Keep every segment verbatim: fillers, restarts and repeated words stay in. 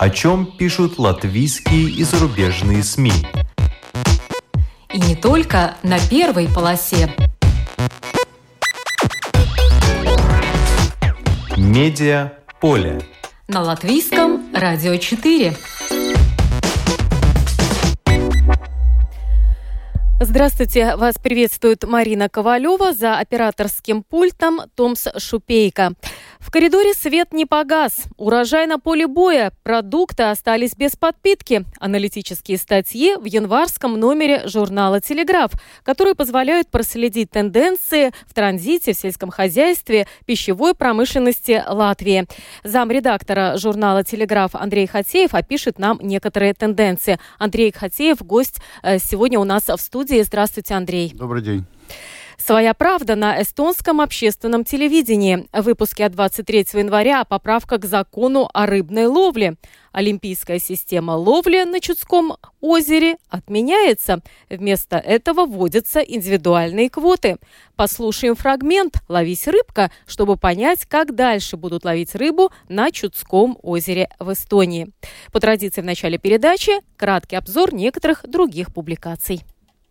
О чем пишут латвийские и зарубежные СМИ. И не только на первой полосе. Медиаполе. На Латвийском радио четыре. Здравствуйте, вас приветствует Марина Ковалева, за операторским пультом Томс Шупейко. В коридоре свет не погас, урожай на поле боя, продукты остались без подпитки. Аналитические статьи в январском номере журнала «Телеграф», которые позволяют проследить тенденции в транзите, в сельском хозяйстве, пищевой промышленности Латвии. Замредактора журнала «Телеграф» Андрей Хатеев опишет нам некоторые тенденции. Андрей Хатеев, гость сегодня у нас в студии. Здравствуйте, Андрей. Добрый день. «Своя правда» на эстонском общественном телевидении. В выпуске от двадцать третьего января поправка к закону о рыбной ловле. Олимпийская система ловли на Чудском озере отменяется. Вместо этого вводятся индивидуальные квоты. Послушаем фрагмент «Ловись, рыбка», чтобы понять, как дальше будут ловить рыбу на Чудском озере в Эстонии. По традиции в начале передачи краткий обзор некоторых других публикаций.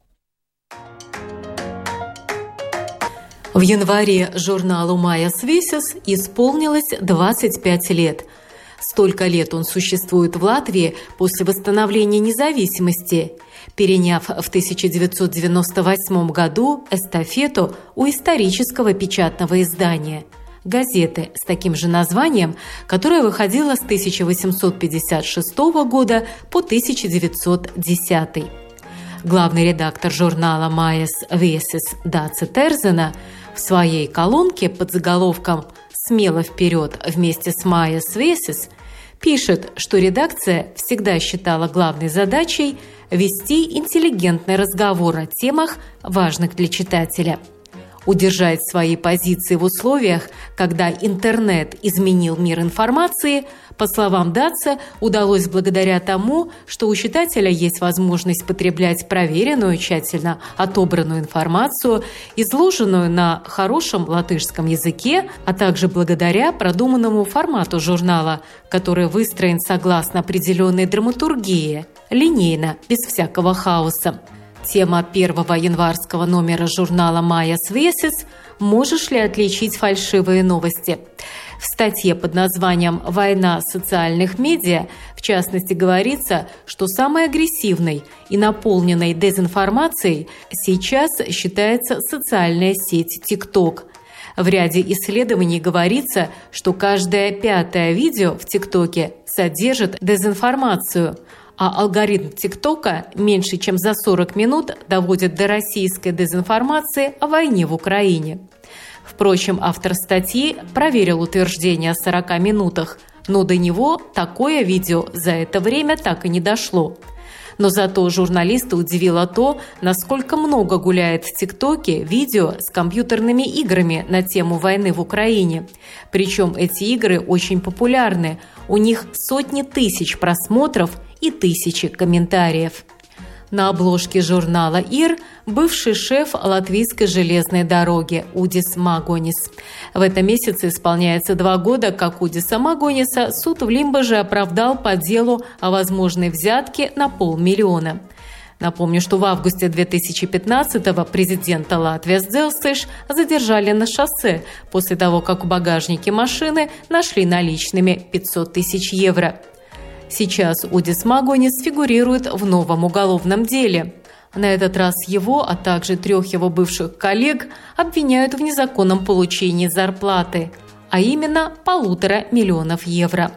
В январе журналу «Майя Свесис» исполнилось двадцать пять лет. Столько лет он существует в Латвии после восстановления независимости, переняв в тысяча девятьсот девяносто восьмом году эстафету у исторического печатного издания газеты с таким же названием, которая выходила с тысяча восемьсот пятьдесят шестого года по тысяча девятьсот десятый. Главный редактор журнала «Майя Свесис» Даце Терзена в своей колонке под заголовком «Смело вперед вместе с Майя Свесис» пишет, что редакция всегда считала главной задачей вести интеллигентный разговор о темах, важных для читателя. Удержать свои позиции в условиях, когда интернет изменил мир информации, по словам Даце, удалось благодаря тому, что у читателя есть возможность потреблять проверенную, тщательно отобранную информацию, изложенную на хорошем латышском языке, а также благодаря продуманному формату журнала, который выстроен согласно определенной драматургии, линейно, без всякого хаоса. Тема первого январского номера журнала «Майя Свесис» «Можешь ли отличить фальшивые новости?». В статье под названием «Война социальных медиа» в частности говорится, что самой агрессивной и наполненной дезинформацией сейчас считается социальная сеть ТикТок. В ряде исследований говорится, что каждое пятое видео в ТикТоке содержит дезинформацию, а алгоритм ТикТока меньше чем за сорок минут доводит до российской дезинформации о войне в Украине. Впрочем, автор статьи проверил утверждение о сорока минутах, но до него такое видео за это время так и не дошло. Но зато журналиста удивило то, насколько много гуляет в ТикТоке видео с компьютерными играми на тему войны в Украине. Причем эти игры очень популярны, у них сотни тысяч просмотров и тысячи комментариев. На обложке журнала «Ир» бывший шеф латвийской железной дороги Удис Магонис. В этом месяце исполняется два года, как Удиса Магониса суд в Лимбаже оправдал по делу о возможной взятке на полмиллиона. Напомню, что в августе две тысячи пятнадцатого президента Латвии Дzelzceļš задержали на шоссе после того, как в багажнике машины нашли наличными пятьсот тысяч евро. Сейчас Удис Магонис фигурирует в новом уголовном деле. На этот раз его, а также трех его бывших коллег обвиняют в незаконном получении зарплаты, а именно полутора миллионов евро.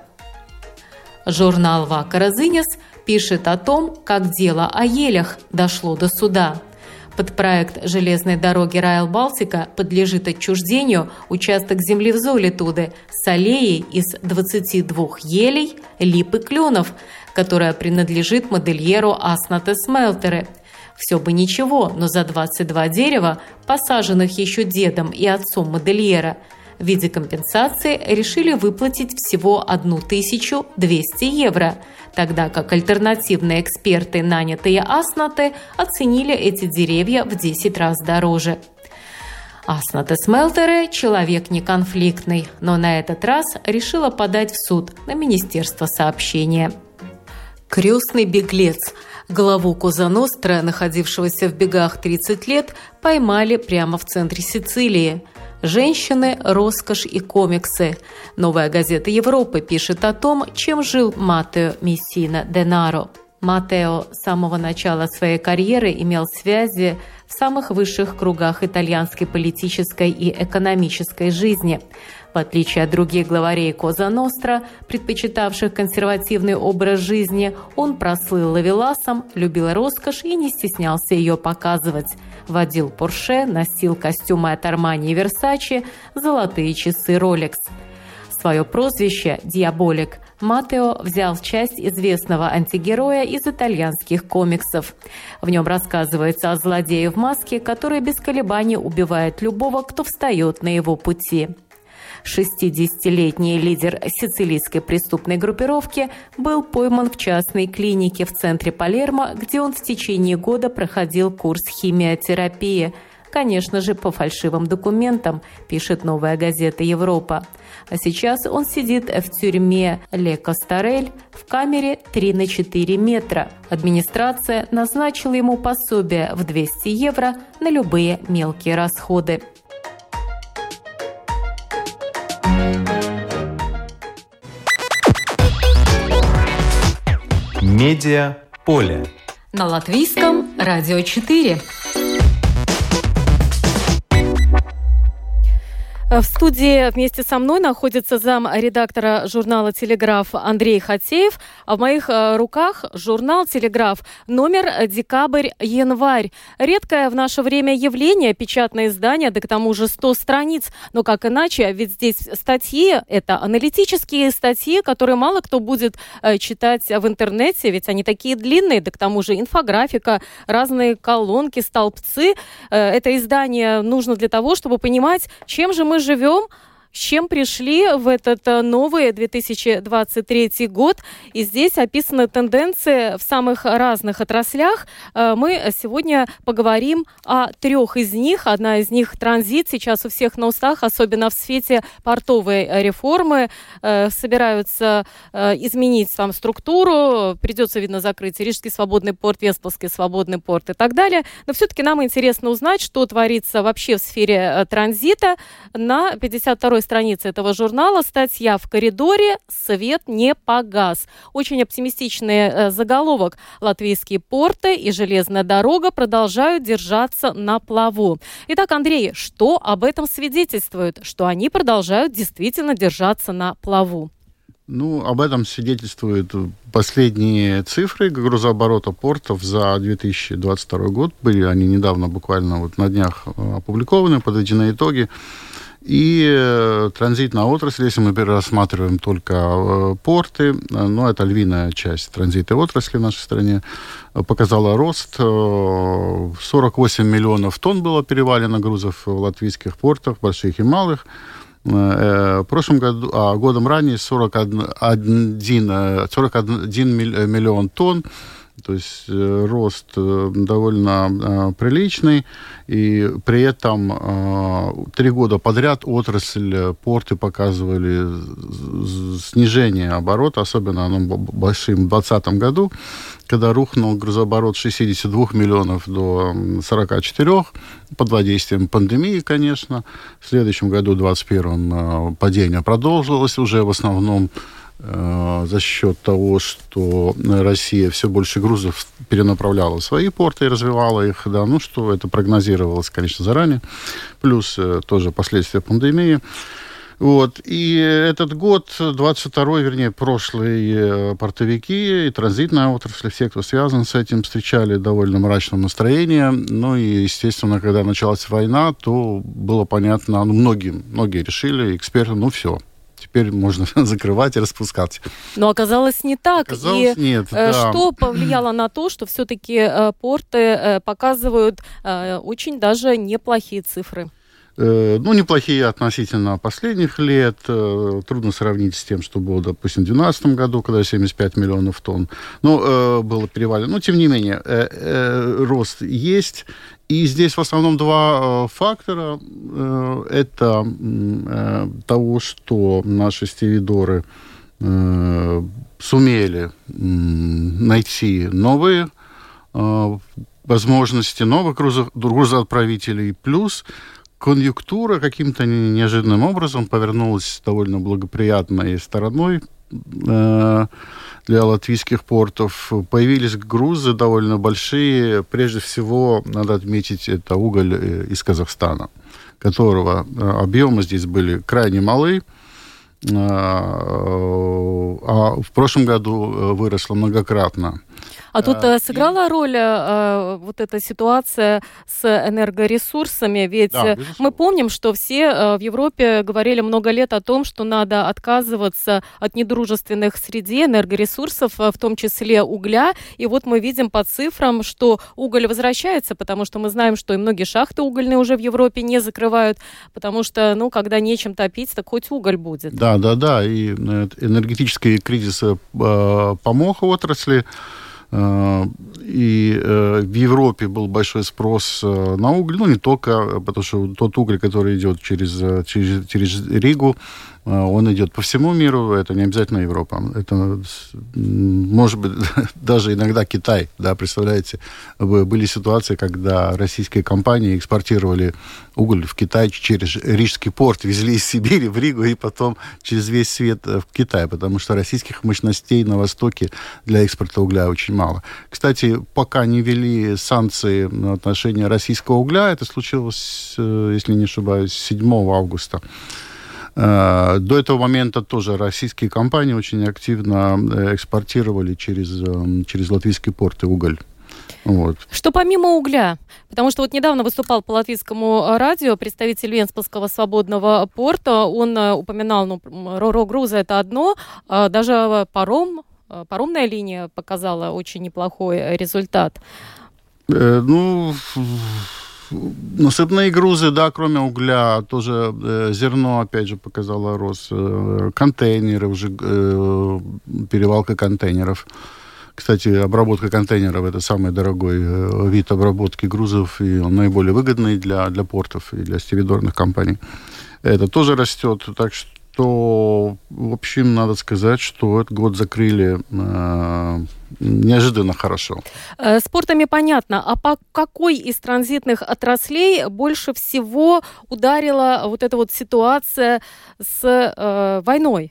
Журнал «Вакара Ziņas» пишет о том, как дело о елях дошло до суда. Под проект железной дороги Райл Балтика подлежит отчуждению участок земли в Золитуде с аллеей из двадцати двух елей, лип и кленов, которая принадлежит модельеру Аснате Смелтере. Все бы ничего, но за двадцать два дерева, посаженных еще дедом и отцом модельера, в виде компенсации решили выплатить всего тысячу двести евро, тогда как альтернативные эксперты, нанятые Аснате, оценили эти деревья в десять раз дороже. Аснате Смелтере – человек неконфликтный, но на этот раз решила подать в суд на Министерство сообщения. Крестный беглец. Главу Коза Ностра, находившегося в бегах тридцать лет, поймали прямо в центре Сицилии. Женщины, роскошь и комиксы. Новая газета Европы пишет о том, чем жил Маттео Мессина Денаро. Маттео с самого начала своей карьеры имел связи в самых высших кругах итальянской политической и экономической жизни. В отличие от других главарей Коза Ностра, предпочитавших консервативный образ жизни, он прослыл ловеласом, любил роскошь и не стеснялся ее показывать. Водил Порше, носил костюмы от Армани и Версачи, золотые часы Rolex. Свое прозвище «Диаболик» Маттео взял в часть известного антигероя из итальянских комиксов. В нем рассказывается о злодее в маске, который без колебаний убивает любого, кто встает на его пути. шестидесятилетний лидер сицилийской преступной группировки был пойман в частной клинике в центре Палермо, где он в течение года проходил курс химиотерапии. Конечно же, по фальшивым документам, пишет новая газета «Европа». А сейчас он сидит в тюрьме Ле Костарель в камере три на четыре метра. Администрация назначила ему пособие в двести евро на любые мелкие расходы. Медиа поле. На Латвийском радио четыре. В студии вместе со мной находится зам-редактора журнала «Телеграф» Андрей Хатеев, а в моих руках журнал «Телеграф» номер декабрь-январь. Редкое в наше время явление, печатное издание, да к тому же сто страниц. Но как иначе, ведь здесь статьи, это аналитические статьи, которые мало кто будет читать в интернете, ведь они такие длинные, да к тому же инфографика, разные колонки, столбцы. Это издание нужно для того, чтобы понимать, чем же мы живем, с чем пришли в этот новый две тысячи двадцать третий год. И здесь описаны тенденции в самых разных отраслях. Мы сегодня поговорим о трех из них. Одна из них — транзит. Сейчас у всех на устах, особенно в свете портовой реформы. Собираются изменить там структуру. Придется, видно, закрыть Рижский свободный порт, Вестфальский свободный порт и так далее. Но все-таки нам интересно узнать, что творится вообще в сфере транзита. На пятьдесят второй странице этого журнала статья «В коридоре свет не погас». Очень оптимистичный э, заголовок. Латвийские порты и железная дорога продолжают держаться на плаву. Итак, Андрей, что об этом свидетельствует? Что они продолжают действительно держаться на плаву? Ну, об этом свидетельствуют последние цифры грузооборота портов за две тысячи двадцать второй год. Были они недавно, буквально вот на днях опубликованы, подведены итоги. И э, транзитная отрасль, если мы рассматриваем только э, порты, э, ну, это львиная часть транзитной отрасли в нашей стране, э, показала рост. Э, сорок восемь миллионов тонн было перевалено грузов в латвийских портах, больших и малых. Э, в прошлом году, а годом ранее сорок один, сорок один миллион тонн. То есть э, рост э, довольно э, приличный, и при этом э, три года подряд отрасль, порты показывали снижение оборота, особенно оно большим в двадцатом году, когда рухнул грузооборот с шестидесяти двух миллионов до сорока четырёх, под воздействием пандемии, конечно. В следующем году, в двадцать первом, э, падение продолжилось уже в основном за счет того, что Россия все больше грузов перенаправляла в свои порты и развивала их, да, ну, что это прогнозировалось, конечно, заранее, плюс тоже последствия пандемии. Вот. И этот год, двадцать второй, вернее, прошлые портовики и транзитная отрасль, все, кто связан с этим, встречали довольно мрачное настроение. Ну и, естественно, когда началась война, то было понятно, ну, многие, многие решили, эксперты, ну, все. Теперь можно закрывать и распускать. Но оказалось не так. Оказалось, и нет, да. Что повлияло на то, что все-таки порты показывают очень даже неплохие цифры? Ну, неплохие относительно последних лет. Трудно сравнить с тем, что было, допустим, в две тысячи двенадцатом году, когда семьдесят пять миллионов тонн. Ну, было перевалено. Но, тем не менее, рост есть. И здесь в основном два фактора. Это того, что наши стивидоры сумели найти новые возможности, новых грузоотправителей, плюс конъюнктура каким-то неожиданным образом повернулась довольно благоприятной стороной э, для латвийских портов. Появились грузы довольно большие. Прежде всего, надо отметить, это уголь из Казахстана, которого объемы здесь были крайне малы. А в прошлом году выросло многократно. А тут а, сыграла и... роль а, вот эта ситуация с энергоресурсами, ведь да, мы помним, что все а, в Европе говорили много лет о том, что надо отказываться от недружественных среде энергоресурсов, в том числе угля, и вот мы видим по цифрам, что уголь возвращается, потому что мы знаем, что и многие шахты угольные уже в Европе не закрывают, потому что, ну, когда нечем топить, так хоть уголь будет. Да, да, да, и энергетический кризис э, помог отрасли. И в Европе был большой спрос на уголь, ну, не только, потому что тот уголь, который идет через, через, через Ригу, он идет по всему миру, это не обязательно Европа. Это, может быть, даже иногда Китай, да, представляете. Были ситуации, когда российские компании экспортировали уголь в Китай через Рижский порт, везли из Сибири в Ригу и потом через весь свет в Китай, потому что российских мощностей на Востоке для экспорта угля очень мало. Кстати, пока не ввели санкции на отношение российского угля, это случилось, если не ошибаюсь, седьмого августа. До этого момента тоже российские компании очень активно экспортировали через, через латвийские порты уголь. Вот. Что помимо угля? Потому что вот недавно выступал по латвийскому радио представитель Вентспилского свободного порта. Он упоминал, ну, ро-ро-грузы это одно, даже паром, паромная линия показала очень неплохой результат. Э, ну... Насыпные грузы, да, кроме угля, тоже э, зерно, опять же, показало рост. Э, контейнеры, уже э, перевалка контейнеров. Кстати, обработка контейнеров – это самый дорогой э, вид обработки грузов, и он наиболее выгодный для, для портов и для стивидорных компаний. Это тоже растет, так что, в общем, надо сказать, что этот год закрыли э, неожиданно хорошо. С портами понятно. А по какой из транзитных отраслей больше всего ударила вот эта вот ситуация с э, войной?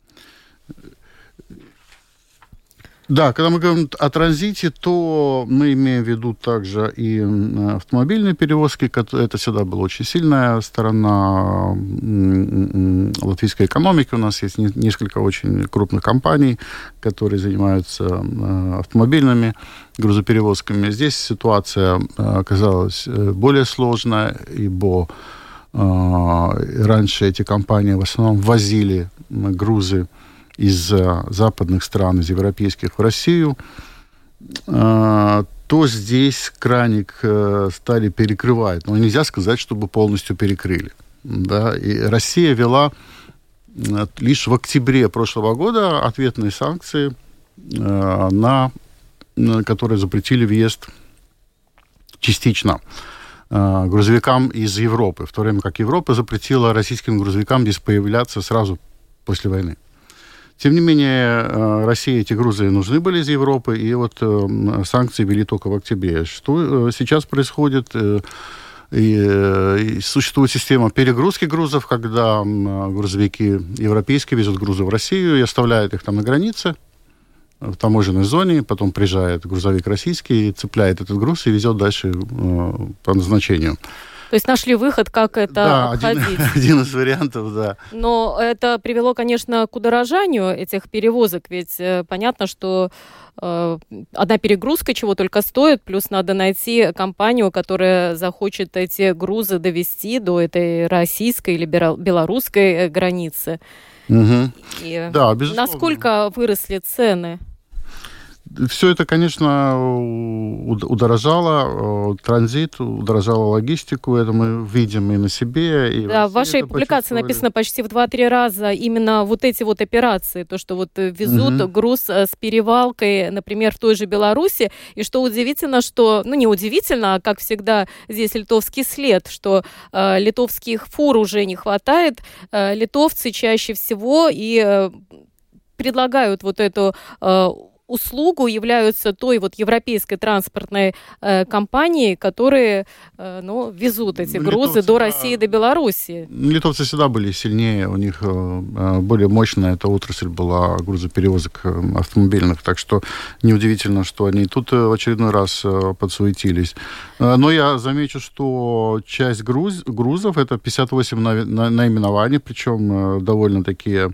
Да, когда мы говорим о транзите, то мы имеем в виду также и автомобильные перевозки. Это всегда была очень сильная сторона латвийской экономики. У нас есть несколько очень крупных компаний, которые занимаются автомобильными грузоперевозками. Здесь ситуация оказалась более сложная, ибо раньше эти компании в основном возили грузы из западных стран, из европейских в Россию, то здесь краник стали перекрывать. Но нельзя сказать, чтобы полностью перекрыли. Да? И Россия ввела лишь в октябре прошлого года ответные санкции, на, которые запретили въезд частично грузовикам из Европы, в то время как Европа запретила российским грузовикам здесь появляться сразу после войны. Тем не менее, России эти грузы нужны были из Европы, и вот санкции ввели только в октябре. Что сейчас происходит? И существует система перегрузки грузов, когда грузовики европейские везут грузы в Россию и оставляют их там на границе, в таможенной зоне, потом приезжает грузовик российский, цепляет этот груз и везет дальше по назначению. То есть нашли выход, как это да, обходить. Один, один из вариантов, да. Но это привело, конечно, к удорожанию этих перевозок, ведь э, понятно, что э, одна перегрузка чего только стоит, плюс надо найти компанию, которая захочет эти грузы довести до этой российской или белорусской границы. Угу. И да, безусловно. Насколько выросли цены? Все это, конечно, удорожало транзит, удорожало логистику, это мы видим и на себе. И да, в вашей публикации написано почти в два-три раза именно вот эти вот операции, то, что вот везут угу. груз с перевалкой, например, в той же Беларуси, и что удивительно, что, ну не удивительно, а как всегда здесь литовский след, что э, литовских фур уже не хватает, э, литовцы чаще всего и э, предлагают вот эту э, услугу, являются той вот европейской транспортной э, компанией, которые э, ну, везут эти грузы литовцы, до России, до Беларуси. Литовцы всегда были сильнее, у них э, более мощная эта отрасль была грузоперевозок автомобильных, так что неудивительно, что они тут в очередной раз э, подсуетились. Э, но я замечу, что часть груз, грузов, это пятьдесят восемь на, на, наименований, причем э, довольно такие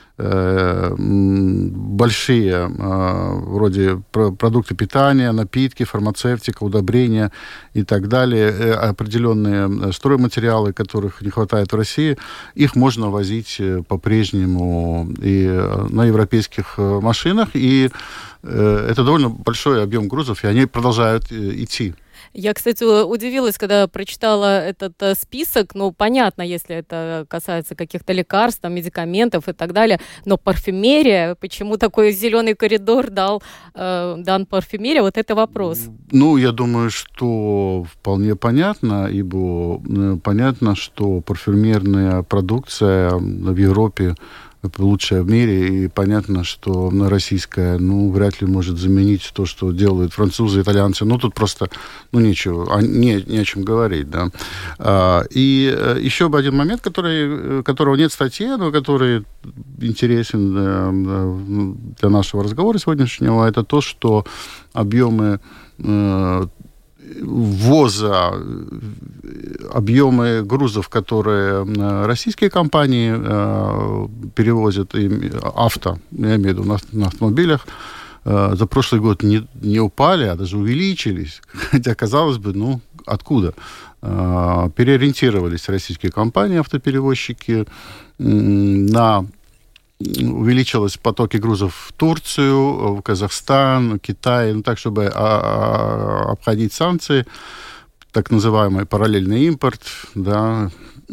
большие, вроде продукты питания, напитки, фармацевтика, удобрения и так далее, определенные стройматериалы, которых не хватает в России, их можно возить по-прежнему и на европейских машинах, и это довольно большой объем грузов, и они продолжают идти. Я, кстати, удивилась, когда прочитала этот список. Ну, понятно, если это касается каких-то лекарств, там, медикаментов и так далее. Но парфюмерия, почему такой зеленый коридор дал, э, дан парфюмерия, вот это вопрос. Ну, я думаю, что вполне понятно, ибо понятно, что парфюмерная продукция в Европе лучшая в мире, и понятно, что российская, ну, вряд ли может заменить то, что делают французы, итальянцы. Ну, тут просто, ну, нечего, а, не, не о чем говорить, да. А, и еще один момент, который, которого нет в статье, но который интересен для, для нашего разговора сегодняшнего, это то, что объемы ввоза, объемы грузов, которые российские компании э, перевозят, и авто, я имею в виду на, на автомобилях, э, за прошлый год не, не упали, а даже увеличились. Хотя, казалось бы, ну, откуда? Э, переориентировались российские компании, автоперевозчики, э, на увеличились потоки грузов в Турцию, в Казахстан, Китай, ну, так, чтобы а, обходить санкции, так называемый параллельный импорт, да,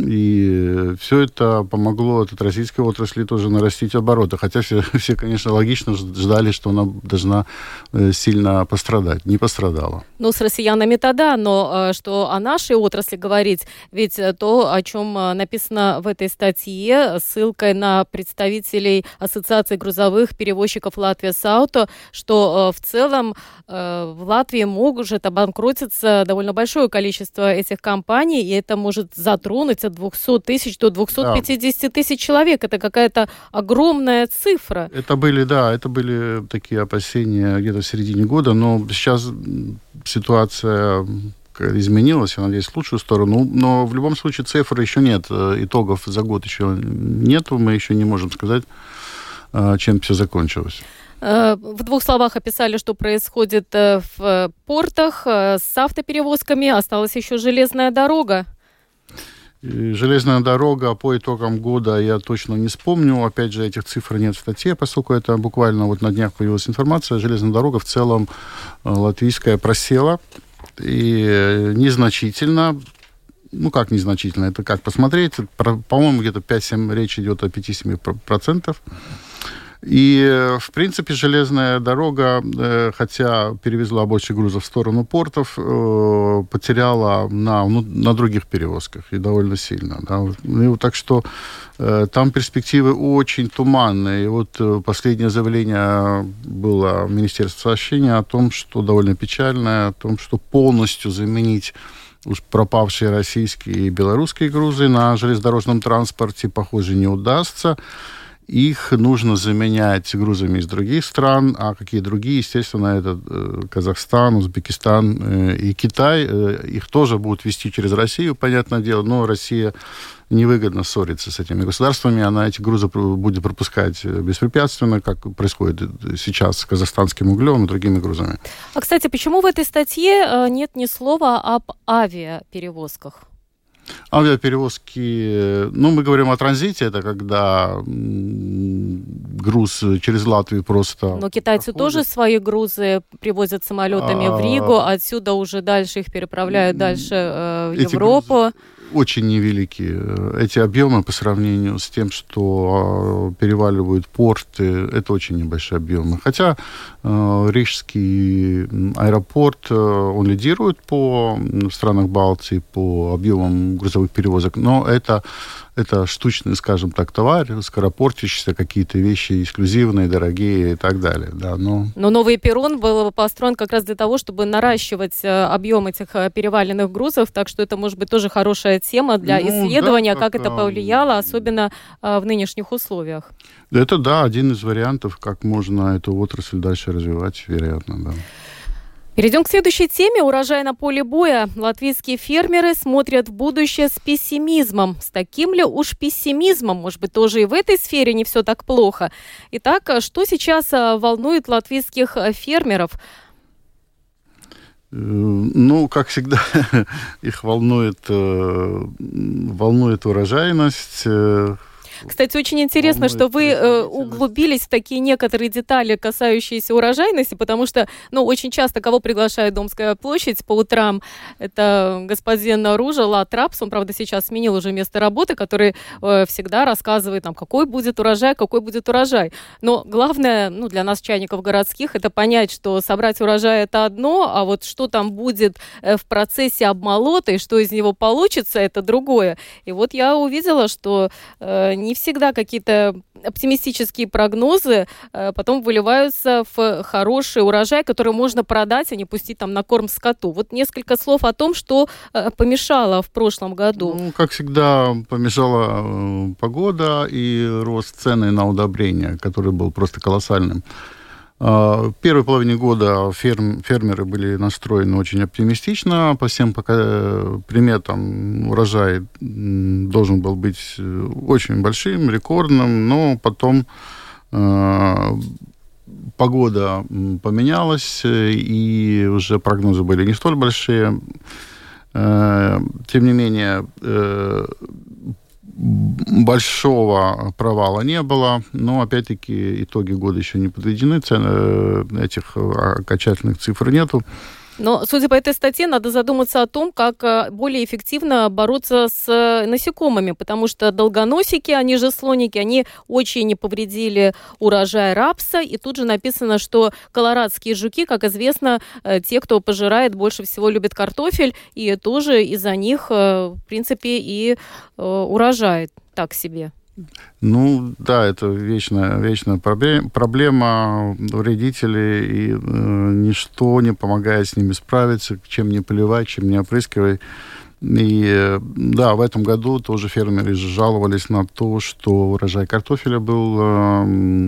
и все это помогло от российской отрасли тоже нарастить обороты. Хотя все, все, конечно, логично ждали, что она должна сильно пострадать. Не пострадала. Ну, с россиянами-то да, но что о нашей отрасли говорить, ведь то, о чем написано в этой статье, ссылкой на представителей Ассоциации грузовых перевозчиков Латвия Сауто, что в целом в Латвии может обанкротиться довольно большое количество этих компаний, и это может затронуть от двухсот тысяч до двухсот пятидесяти тысяч человек. Это какая-то огромная цифра. Это были, да, это были такие опасения где-то в середине года, но сейчас ситуация изменилась, я надеюсь, в лучшую сторону. Но в любом случае цифр еще нет, итогов за год еще нету, мы еще не можем сказать, чем все закончилось. В двух словах описали, что происходит в портах с автоперевозками. Осталась еще железная дорога. Железная дорога по итогам года я точно не вспомню. Опять же, этих цифр нет в статье, поскольку это буквально вот на днях появилась информация. Железная дорога в целом латвийская просела. И незначительно. Ну, как незначительно? Это как посмотреть? По-моему, где-то пять-семь, речь идет о пяти-семи процентах. И, в принципе, железная дорога, хотя перевезла больше грузов в сторону портов, потеряла на, ну, на других перевозках, и довольно сильно. Да. И, так что там перспективы очень туманные. И вот последнее заявление было Министерства сообщения о том, что довольно печальное, о том, что полностью заменить уж пропавшие российские и белорусские грузы на железнодорожном транспорте, похоже, не удастся. Их нужно заменять грузами из других стран, а какие другие, естественно, это э, Казахстан, Узбекистан э, и Китай. Э, их тоже будут везти через Россию, понятное дело, но Россия невыгодно ссориться с этими государствами, она эти грузы будет пропускать беспрепятственно, как происходит сейчас с казахстанским углем и другими грузами. А, кстати, почему в этой статье нет ни слова об авиаперевозках? Авиаперевозки, ну, мы говорим о транзите, это когда груз через Латвию просто... Но китайцы проходит. Тоже свои грузы привозят самолетами а... в Ригу, отсюда уже дальше их переправляют дальше э, в Эти Европу. Очень невеликие. Эти объемы по сравнению с тем, что переваливают порты, это очень небольшие объемы. Хотя э, Рижский аэропорт, э, он лидирует по в странах Балтии по объемам грузовых перевозок, но это, это штучный, скажем так, товар, скоропортящиеся какие-то вещи эксклюзивные, дорогие и так далее. Да, но... но новый перрон был построен как раз для того, чтобы наращивать объем этих переваленных грузов, так что это может быть тоже хорошая тема для ну, исследования, да, как, как это повлияло, особенно а, в нынешних условиях. Это, да, один из вариантов, как можно эту отрасль дальше развивать, вероятно, да. Перейдем к следующей теме. Урожай на поле боя. Латвийские фермеры смотрят в будущее с пессимизмом. С таким ли уж пессимизмом? Может быть, тоже и в этой сфере не все так плохо. Итак, что сейчас волнует латвийских фермеров? Ну, как всегда, их волнует, волнует урожайность. Кстати, очень интересно, что вы э, углубились в такие некоторые детали, касающиеся урожайности, потому что, ну, очень часто кого приглашает Домская площадь по утрам, это господин Ружа Латрапс, он, правда, сейчас сменил уже место работы, который э, всегда рассказывает нам, какой будет урожай, какой будет урожай. Но главное, ну, для нас, чайников городских, это понять, что собрать урожай – это одно, а вот что там будет э, в процессе обмолота и что из него получится – это другое. И вот я увидела, что э, не всегда какие-то оптимистические прогнозы э, потом выливаются в хороший урожай, который можно продать, а не пустить там на корм скоту. Вот несколько слов о том, что э, помешало в прошлом году. Ну, как всегда, помешала э, погода и рост цены на удобрения, который был просто колоссальным. В первой половине года ферм, фермеры были настроены очень оптимистично. По всем пока, приметам урожай должен был быть очень большим, рекордным, но потом э, погода поменялась, и уже прогнозы были не столь большие. Э, тем не менее, э, большого провала не было, но, опять-таки, итоги года еще не подведены, цены этих окончательных цифр нету. Но, судя по этой статье, надо задуматься о том, как более эффективно бороться с насекомыми, потому что долгоносики, они же слоники, они очень повредили урожай рапса, и тут же написано, что колорадские жуки, как известно, те, кто пожирает, больше всего любят картофель, и тоже из-за них, в принципе, и урожай так себе. Ну, да, это вечная, вечная проблема вредителей, и э, ничто не помогает с ними справиться, чем не поливать, чем не опрыскивай. И, э, да, в этом году тоже фермеры жаловались на то, что урожай картофеля был, э,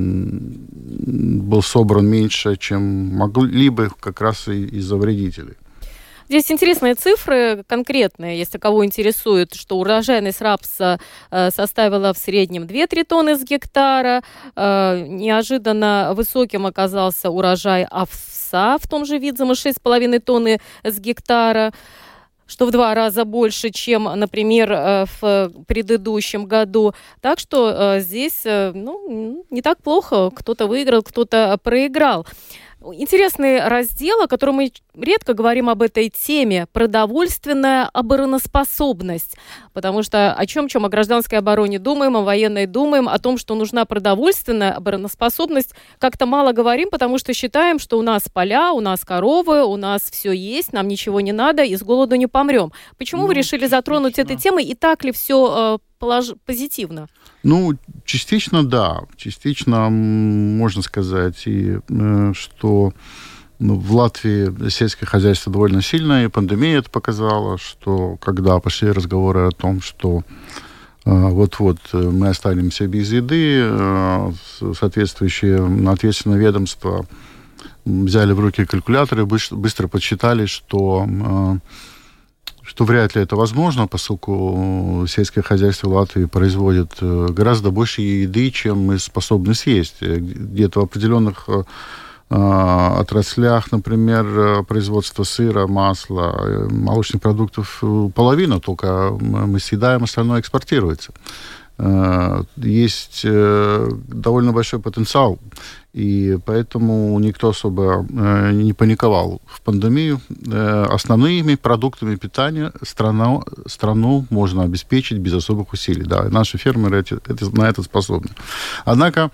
был собран меньше, чем могли бы, как раз и из-за вредителей. Здесь интересные цифры, конкретные, если кого интересует, что урожайность рапса э, составила в среднем две-три тонны с гектара. Э, неожиданно высоким оказался урожай овса в том же Видземе шесть с половиной тонны с гектара, что в два раза больше, чем, например, в предыдущем году. Так что здесь, ну, не так плохо. Кто-то выиграл, кто-то проиграл. Интересный раздел, о котором мы редко говорим об этой теме, продовольственная обороноспособность. Потому что о чем-чем о гражданской обороне думаем, о военной думаем, о том, что нужна продовольственная обороноспособность, как-то мало говорим, потому что считаем, что у нас поля, у нас коровы, у нас все есть, нам ничего не надо, и с голоду не помрем. Почему ну, вы решили затронуть эту тему, и так ли все э, полож... позитивно? Ну, частично да. Частично можно сказать, и, э, что ну, в Латвии сельское хозяйство довольно сильное, и пандемия это показала, что когда пошли разговоры о том, что э, вот-вот мы останемся без еды, э, соответствующие ответственные ведомства взяли в руки калькуляторы, быстро, быстро подсчитали, что... Э, что вряд ли это возможно, поскольку сельское хозяйство Латвии производит гораздо больше еды, чем мы способны съесть. Где-то в определенных э, отраслях, например, производство сыра, масла, молочных продуктов половина только мы съедаем, остальное экспортируется. есть довольно большой потенциал, и поэтому никто особо не паниковал в пандемию. Основными продуктами питания страну, страну можно обеспечить без особых усилий. Да, наши фермеры эти, эти, на это способны. Однако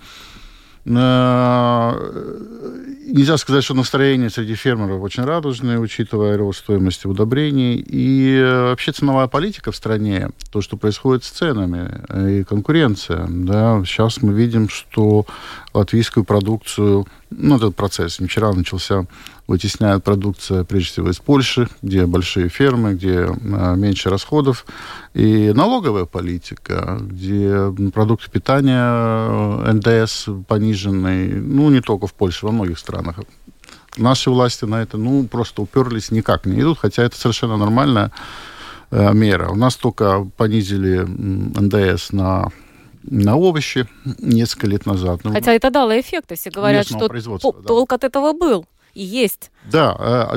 нельзя сказать, что настроение среди фермеров очень радужное, учитывая рост стоимости удобрений. И вообще ценовая политика в стране, то, что происходит с ценами и конкуренция. Да, сейчас мы видим, что латвийскую продукцию, ну, этот процесс не вчера начался, вытесняет продукция, прежде всего, из Польши, где большие фермы, где а, меньше расходов. И налоговая политика, где продукты питания, эн дэ эс пониженный, ну, не только в Польше, во многих странах. Наши власти на это, ну, просто уперлись, никак не идут, хотя это совершенно нормальная э, мера. У нас только понизили эн дэ эс на... на овощи несколько лет назад. Хотя это дало эффект. Все говорят, что да. толк от этого был и есть. Да,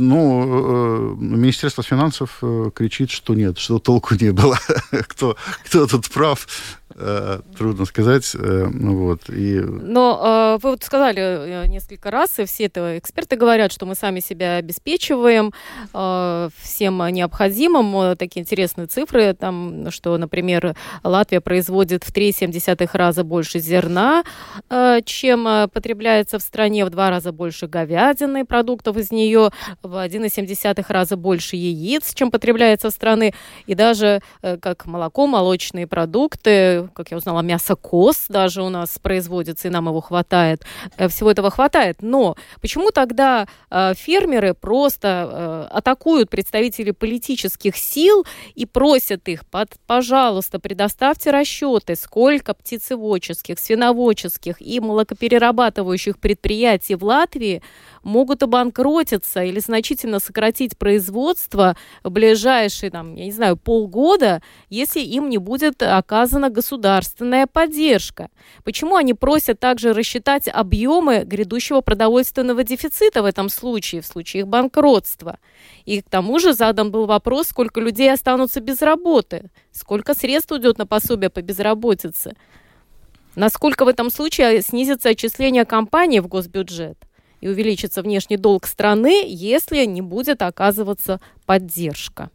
ну, Министерство финансов кричит, что нет, что толку не было. кто, кто тут прав, трудно сказать. Вот, и... Но вы вот сказали несколько раз, и все это эксперты говорят, что мы сами себя обеспечиваем всем необходимым. Такие интересные цифры, там, что, например, Латвия производит в три целых семь десятых раза больше зерна, чем потребляется в стране, в два раза больше говядины, продуктов из нее, в один целых семь десятых раза больше яиц, чем потребляется в стране, и даже как молоко, молочные продукты, как я узнала, мясо коз даже у нас производится, и нам его хватает. Всего этого хватает. Но почему тогда э, фермеры просто э, атакуют представителей политических сил и просят их, под, пожалуйста, предоставьте расчеты, сколько птицеводческих, свиноводческих и молокоперерабатывающих предприятий в Латвии могут обанкротиться или значительно сократить производство в ближайшие, там, я не знаю, полгода, если им не будет оказана государственная поддержка. Почему они просят также рассчитать объемы грядущего продовольственного дефицита в этом случае, в случае их банкротства? И к тому же задан был вопрос, сколько людей останутся без работы, сколько средств уйдет на пособие по безработице, насколько в этом случае снизится отчисление компании в госбюджет и увеличится внешний долг страны, если не будет оказываться поддержка.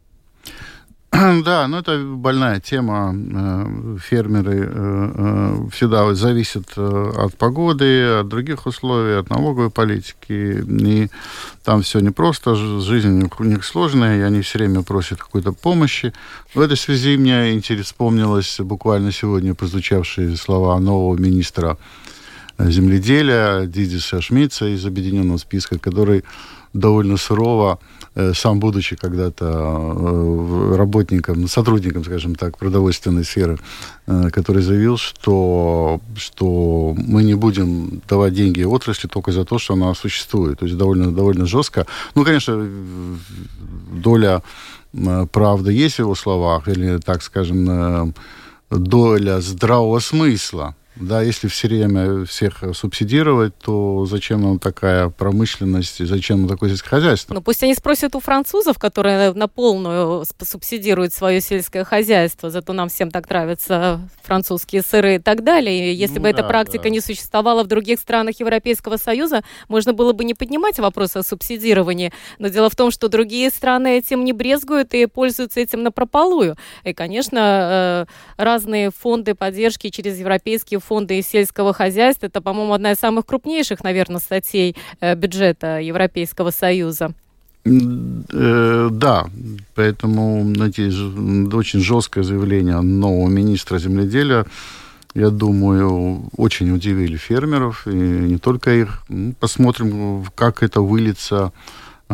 Да, ну это больная тема. Фермеры всегда зависят от погоды, от других условий, от налоговой политики. И там все непросто, жизнь у них сложная, и они все время просят какой-то помощи. В этой связи мне интерес вспомнилось буквально сегодня прозвучавшие слова нового министра земледелия Дидиса Шмидца из Объединенного списка, который довольно сурово, сам будучи когда-то работником, сотрудником, скажем так, продовольственной сферы, который заявил, что, что мы не будем давать деньги отрасли только за то, что она существует. То есть довольно, довольно жестко. Ну, конечно, доля правды есть в его словах, или, так скажем, доля здравого смысла. Да, если все время всех субсидировать, то зачем нам такая промышленность, зачем нам такое сельское хозяйство? Ну, пусть они спросят у французов, которые на полную субсидируют свое сельское хозяйство, зато нам всем так нравятся французские сыры и так далее. И если ну, бы да, эта практика да. не существовала в других странах Европейского Союза, можно было бы не поднимать вопрос о субсидировании. Но дело в том, что другие страны этим не брезгуют и пользуются этим напропалую. И, конечно, разные фонды поддержки через европейские фонды из сельского хозяйства, это, по-моему, одна из самых крупнейших, наверное, статей э, бюджета Европейского Союза. Э, да, поэтому знаете, очень жесткое заявление нового министра земледелия, я думаю, очень удивили фермеров, и не только их. Посмотрим, как это выльется э,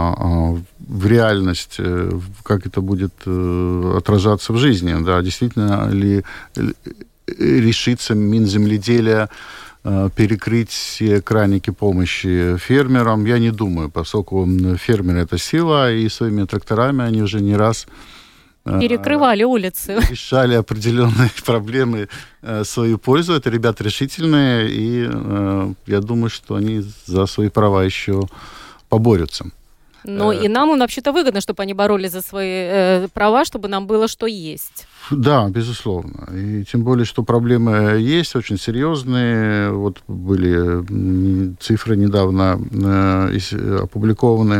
в реальность, как это будет э, отражаться в жизни. Да, действительно ли решится Минземледелия э, перекрыть все краники помощи фермерам? Я не думаю, поскольку фермеры — это сила, и своими тракторами они уже не раз э, перекрывали улицы. Решали определенные проблемы э, в свою пользу. Это ребята решительные, и э, я думаю, что они за свои права еще поборются. Но и нам, вообще-то, выгодно, чтобы они боролись за свои э, права, чтобы нам было что есть. Да, безусловно. И тем более, что проблемы есть очень серьезные. Вот были цифры недавно э, опубликованы.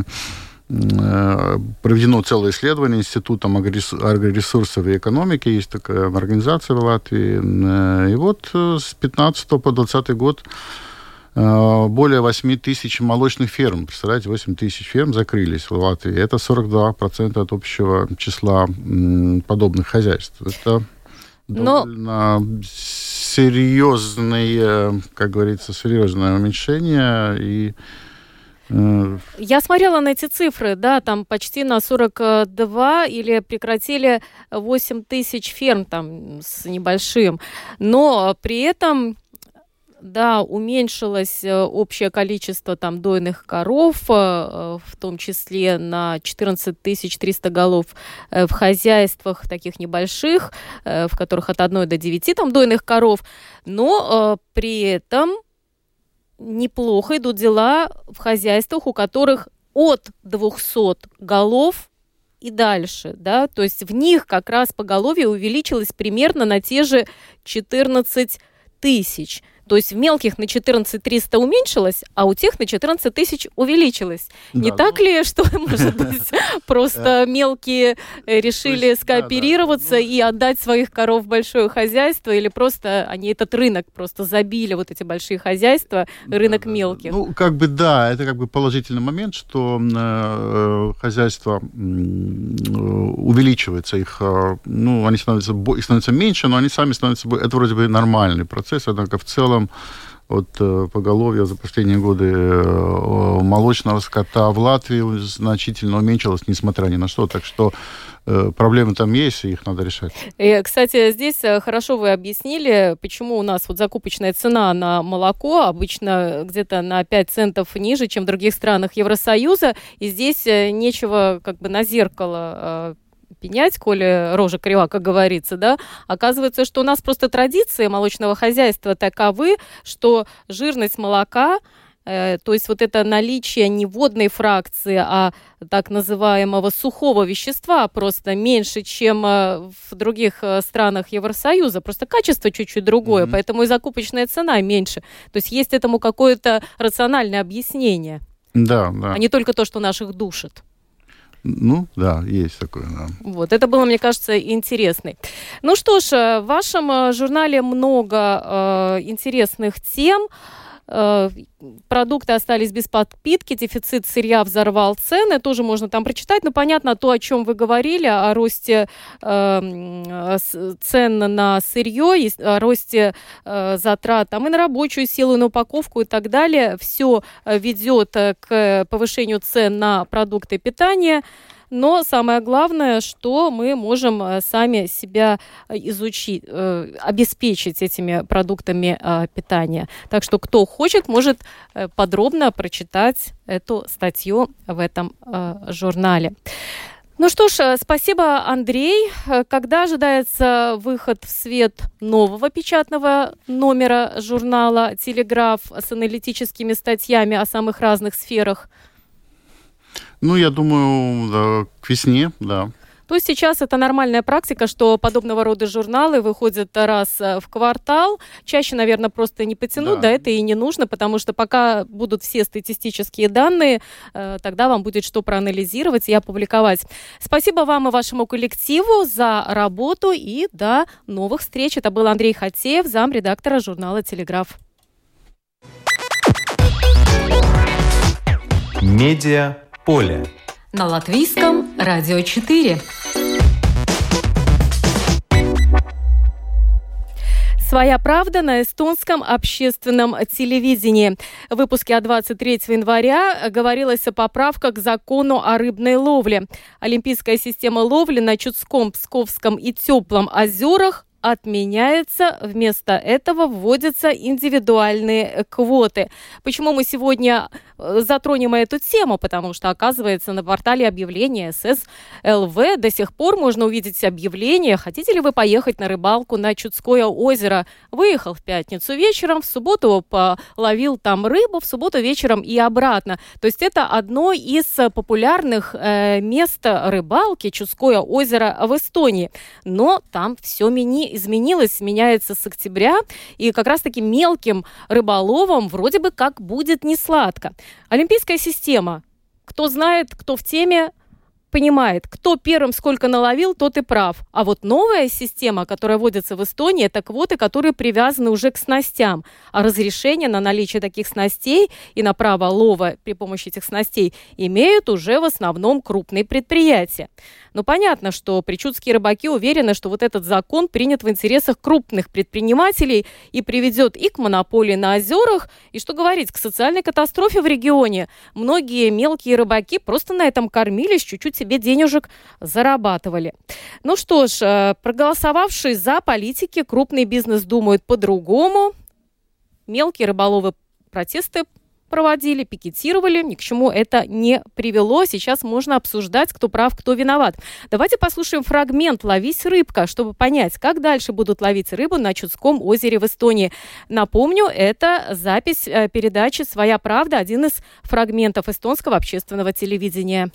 Э, проведено целое исследование Институтом агроресурсов и экономики. Есть такая организация в Латвии. Э, и вот с пятнадцатого по двадцатый год более восемь тысяч молочных ферм. Представляете, восемь тысяч ферм закрылись в Латвии. Это сорок два процента от общего числа м, подобных хозяйств. Это Но... довольно серьезное, как говорится, серьезное уменьшение. И, э... Я смотрела на эти цифры, да, там почти на сорок два или прекратили восемь тысяч ферм там с небольшим. Но при этом... Да, уменьшилось общее количество там дойных коров, в том числе на четырнадцать тысяч триста голов в хозяйствах таких небольших, в которых от одной до девяти там дойных коров. Но при этом неплохо идут дела в хозяйствах, у которых от двухсот голов и дальше, да, то есть в них как раз поголовье увеличилось примерно на те же четырнадцать тысяч. То есть в мелких на четырнадцать тысяч триста уменьшилось, а у тех на четырнадцать тысяч увеличилось. Да, Не ну... так ли, что, может быть, просто мелкие решили скооперироваться и отдать своих коров в большое хозяйство, или просто они этот рынок просто забили, вот эти большие хозяйства, рынок мелких? Ну, как бы да, это как бы положительный момент, что хозяйство увеличивается, их, ну, они становятся, их становится меньше, но они сами становятся, это вроде бы нормальный процесс, однако в целом от поголовья за последние годы молочного скота в Латвии значительно уменьшилось, несмотря ни на что. Так что проблемы там есть, и их надо решать. И, кстати, здесь хорошо вы объяснили, почему у нас вот закупочная цена на молоко обычно где-то на пять центов ниже, чем в других странах Евросоюза. И здесь нечего как бы на зеркало пенять, коли рожа крива, как говорится, да, оказывается, что у нас просто традиции молочного хозяйства таковы, что жирность молока, э, то есть вот это наличие не водной фракции, а так называемого сухого вещества просто меньше, чем э, в других э, странах Евросоюза, просто качество чуть-чуть другое, mm-hmm. поэтому и закупочная цена меньше. То есть есть этому какое-то рациональное объяснение, да, да. а не только то, что наших душит. Ну, да, есть такое, да. Вот, это было, мне кажется, интересно. Ну что ж, в вашем журнале много э, интересных тем. Э, продукты остались без подпитки, дефицит сырья взорвал цены. Тоже можно там прочитать. Но понятно то, о чем вы говорили, о росте э, цен на сырье, о росте э, затрат там, и на рабочую силу, и на упаковку и так далее. Все ведет к повышению цен на продукты питания. Но самое главное, что мы можем сами себя изучить, э, обеспечить этими продуктами э, питания. Так что кто хочет, может э, подробно прочитать эту статью в этом э, журнале. Ну что ж, спасибо, Андрей. Когда ожидается выход в свет нового печатного номера журнала «Телеграф» с аналитическими статьями о самых разных сферах? Ну, я думаю, да, к весне, да. То есть сейчас это нормальная практика, что подобного рода журналы выходят раз в квартал. Чаще, наверное, просто не потянут, да, да это и не нужно, потому что пока будут все статистические данные, тогда вам будет что проанализировать и опубликовать. Спасибо вам и вашему коллективу за работу и до новых встреч. Это был Андрей Хатеев, замредактора журнала «Телеграф». Медиа поле. На Латвийском радио четыре. «Своя правда» на эстонском общественном телевидении. В выпуске от двадцать третьего января говорилось о поправках к закону о рыбной ловле. Олимпийская система ловли на Чудском, Псковском и Теплом озерах отменяется. Вместо этого вводятся индивидуальные квоты. Почему мы сегодня затронем эту тему? Потому что, оказывается, на портале объявления эс эс эл вэ до сих пор можно увидеть объявление: хотите ли вы поехать на рыбалку на Чудское озеро? Выехал в пятницу вечером, в субботу половил там рыбу, в субботу вечером и обратно. То есть это одно из популярных э, мест рыбалки, Чудское озеро в Эстонии. Но там все мини- изменилось, меняется с октября, и как раз-таки мелким рыболовам вроде бы как будет не сладко. Олимпийская система. Кто знает, кто в теме, понимает, кто первым сколько наловил, тот и прав. А вот новая система, которая вводится в Эстонии, это квоты, которые привязаны уже к снастям. А разрешение на наличие таких снастей и на право лова при помощи этих снастей имеют уже в основном крупные предприятия. Но понятно, что причудские рыбаки уверены, что вот этот закон принят в интересах крупных предпринимателей и приведет и к монополии на озерах, и, что говорить, к социальной катастрофе в регионе. Многие мелкие рыбаки просто на этом кормились, чуть-чуть себе денежек зарабатывали. Ну что ж, проголосовавшие за политики, крупный бизнес думают по-другому. Мелкие рыболовы протесты проводили, пикетировали, ни к чему это не привело. Сейчас можно обсуждать, кто прав, кто виноват. Давайте послушаем фрагмент «Ловись, рыбка», чтобы понять, как дальше будут ловить рыбу на Чудском озере в Эстонии. Напомню, это запись передачи «Своя правда», один из фрагментов эстонского общественного телевидения.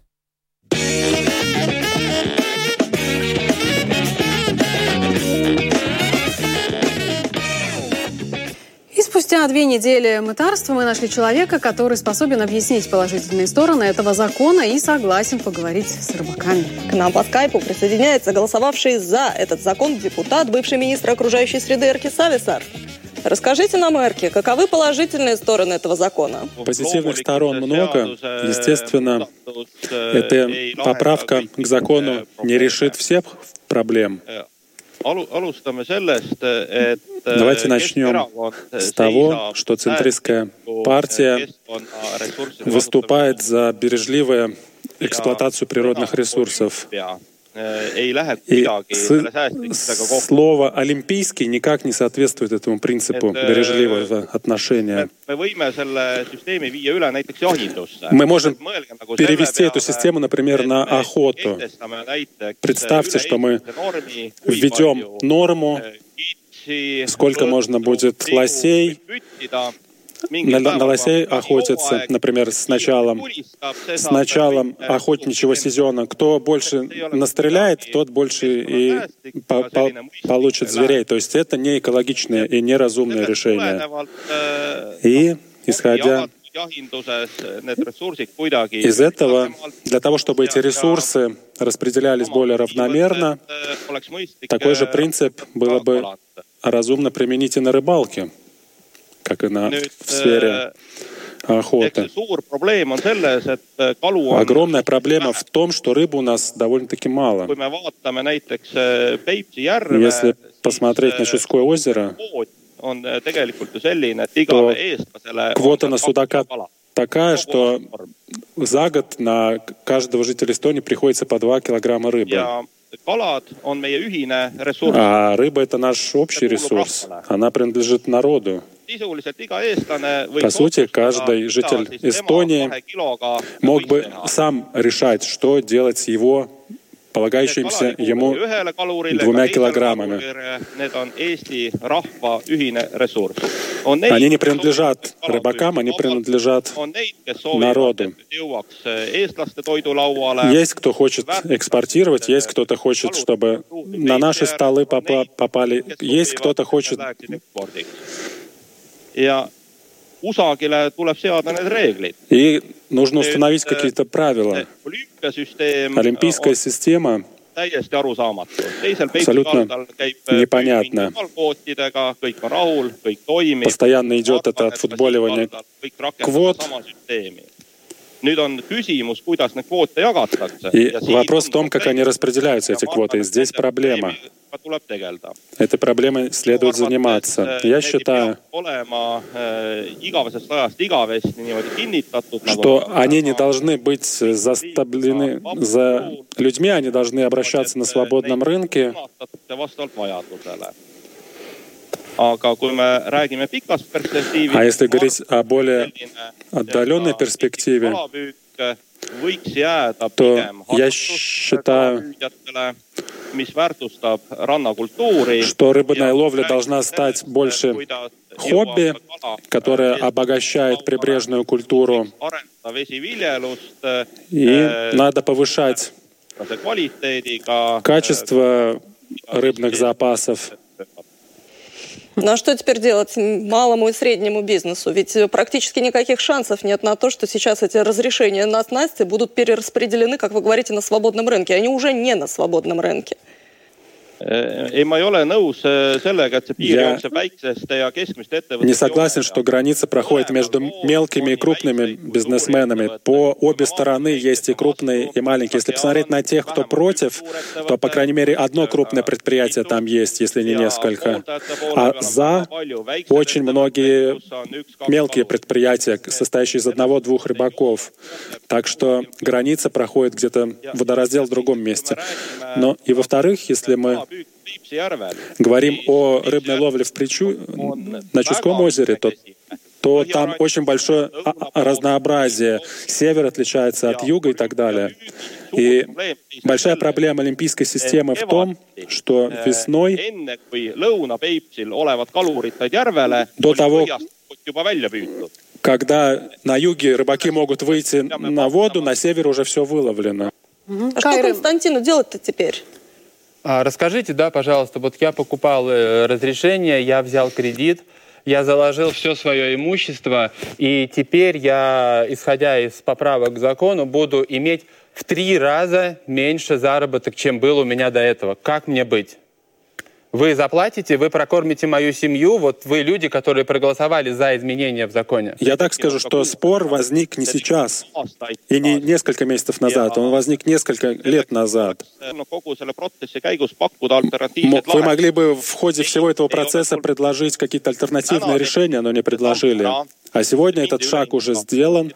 И спустя две недели мытарства мы нашли человека, который способен объяснить положительные стороны этого закона и согласен поговорить с рыбаками. К нам по скайпу присоединяется голосовавший за этот закон депутат, бывший министр окружающей среды Эрки Сависар. Расскажите нам, Эрки, каковы положительные стороны этого закона? Позитивных сторон много. Естественно, эта поправка к закону не решит всех проблем. Давайте начнем с того, что центристская партия выступает за бережливую эксплуатацию природных ресурсов. И слово «олимпийский» никак не соответствует этому принципу бережливого отношения. Мы можем перевести эту систему, например, на охоту. Представьте, что мы введем норму, сколько можно будет лосей, на, на лосей охотятся, например, с началом, с началом охотничьего сезона. Кто больше настреляет, тот больше и по, по, получит зверей. То есть это не экологичное и неразумное решение. И, исходя из этого, для того, чтобы эти ресурсы распределялись более равномерно, такой же принцип было бы разумно применить и на рыбалке, как и на, в сфере охоты. Огромная проблема в том, что рыбы у нас довольно-таки мало. Если посмотреть на Чудское озеро, то квота на судака такая, что за год на каждого жителя Эстонии приходится по два килограмма рыбы. А рыба — это наш общий ресурс. Она принадлежит народу. По сути, каждый житель Эстонии мог бы сам решать, что делать с его полагающимся ему двумя килограммами. Они не принадлежат рыбакам, они принадлежат народу. Есть кто хочет экспортировать, есть кто-то хочет, чтобы на наши столы попали, есть кто-то хочет... И нужно установить какие-то правила. Олимпийская система абсолютно непонятна. Постоянно идет это отфутболивание квот. И вопрос в том, как они распределяются, эти квоты. Здесь проблема. Этой проблемой следует заниматься. Я считаю, что они не должны быть заставлены за людьми, они должны обращаться на свободном рынке. А если говорить о более отдаленной перспективе, то я считаю, что рыбная ловля должна стать больше хобби, которое обогащает прибрежную культуру. И надо повышать качество рыбных запасов. Ну а что теперь делать малому и среднему бизнесу? Ведь практически никаких шансов нет на то, что сейчас эти разрешения на снасти будут перераспределены, как вы говорите, на свободном рынке. Они уже не на свободном рынке. Я не согласен, что граница проходит между мелкими и крупными бизнесменами. По обе стороны есть и крупные, и маленькие. Если посмотреть на тех, кто против, то, по крайней мере, одно крупное предприятие там есть, если не несколько. А за очень многие мелкие предприятия, состоящие из одного-двух рыбаков. Так что граница проходит где-то водораздел в другом месте. Но и во-вторых, если мы говорим о рыбной ловле в Причу, на Чудском озере, то, то там очень большое разнообразие. Север отличается от юга и так далее. И большая проблема олимпийской системы в том, что весной, до того, когда на юге рыбаки могут выйти на воду, на севере уже все выловлено. А что Константину делать-то теперь? А, расскажите, да, пожалуйста, вот я покупал э, разрешение, я взял кредит, я заложил все свое имущество, и теперь я, исходя из поправок к закону, буду иметь в три раза меньше заработок, чем был у меня до этого. Как мне быть? Вы заплатите, вы прокормите мою семью, вот вы люди, которые проголосовали за изменения в законе. Я так скажу, что спор возник не сейчас и не несколько месяцев назад, он возник несколько лет назад. Вы могли бы в ходе всего этого процесса предложить какие-то альтернативные решения, но не предложили. А сегодня этот шаг уже сделан.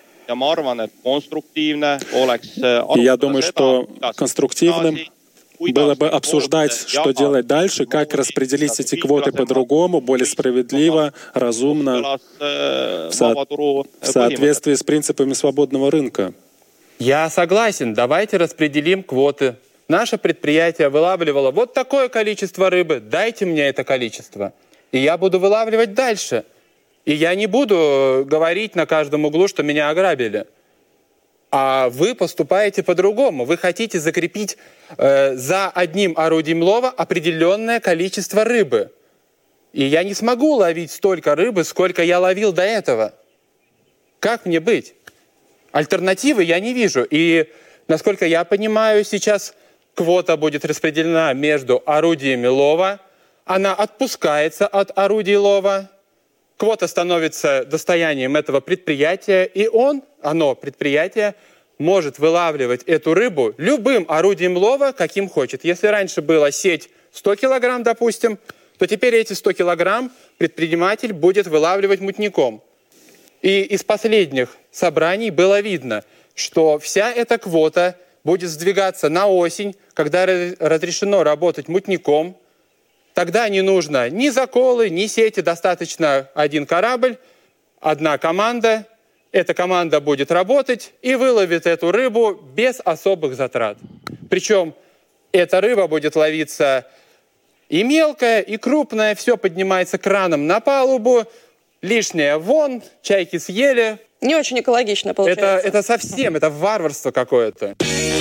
И я думаю, что конструктивным было бы обсуждать, что делать дальше, как распределить эти квоты по-другому, более справедливо, разумно, в, со- в соответствии с принципами свободного рынка. Я согласен, давайте распределим квоты. Наше предприятие вылавливало вот такое количество рыбы, дайте мне это количество, и я буду вылавливать дальше. И я не буду говорить на каждом углу, что меня ограбили. А вы поступаете по-другому. Вы хотите закрепить э, за одним орудием лова определенное количество рыбы. И я не смогу ловить столько рыбы, сколько я ловил до этого. Как мне быть? Альтернативы я не вижу. И, насколько я понимаю, сейчас квота будет распределена между орудиями лова. Она отпускается от орудий лова. Квота становится достоянием этого предприятия, и он, оно, предприятие, может вылавливать эту рыбу любым орудием лова, каким хочет. Если раньше была сеть сто килограмм, допустим, то теперь эти сто килограмм предприниматель будет вылавливать мутником. И из последних собраний было видно, что вся эта квота будет сдвигаться на осень, когда разрешено работать мутником. Тогда не нужно ни заколы, ни сети, достаточно один корабль, одна команда. Эта команда будет работать и выловит эту рыбу без особых затрат. Причем эта рыба будет ловиться и мелкая, и крупная, все поднимается краном на палубу, лишнее вон, чайки съели. Не очень экологично получается. Это, это совсем, это варварство какое-то.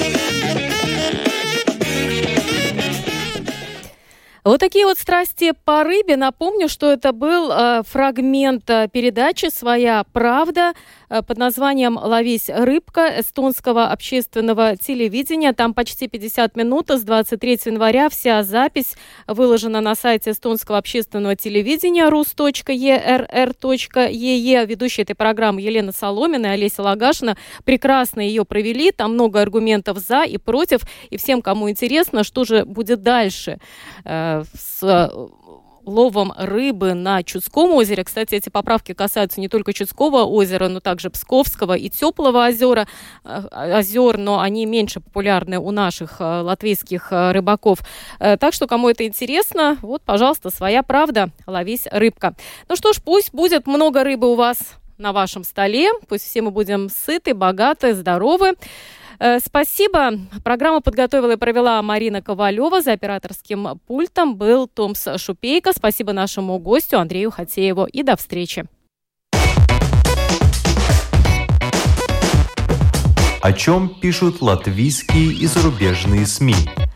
Вот такие вот страсти по рыбе. Напомню, что это был э, фрагмент э, передачи «Своя правда». под названием «Ловись, рыбка» эстонского общественного телевидения. Там почти пятьдесят минут с двадцать третьего января. Вся запись выложена на сайте эстонского общественного телевидения рус точка е эр эр точка е е. Ведущие этой программы Елена Соломина и Олеся Лагашина прекрасно ее провели. Там много аргументов за и против. И всем, кому интересно, что же будет дальше э, с ловом рыбы на Чудском озере. Кстати, эти поправки касаются не только Чудского озера, но также Псковского и Теплого озера, озер, но они меньше популярны у наших латвийских рыбаков. Так что, кому это интересно, вот, пожалуйста, «Своя правда», «Ловись, рыбка». Ну что ж, пусть будет много рыбы у вас на вашем столе, пусть все мы будем сыты, богаты, здоровы. Спасибо. Программу подготовила и провела Марина Ковалева. За операторским пультом был Томс Шупейко. Спасибо нашему гостю Андрею Хатееву. И до встречи. О чем пишут латвийские и зарубежные СМИ?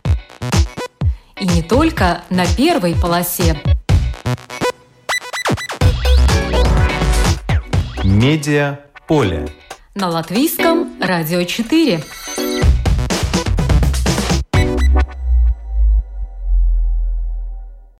И не только на первой полосе. Медиа поле. На Латвийском радио четыре.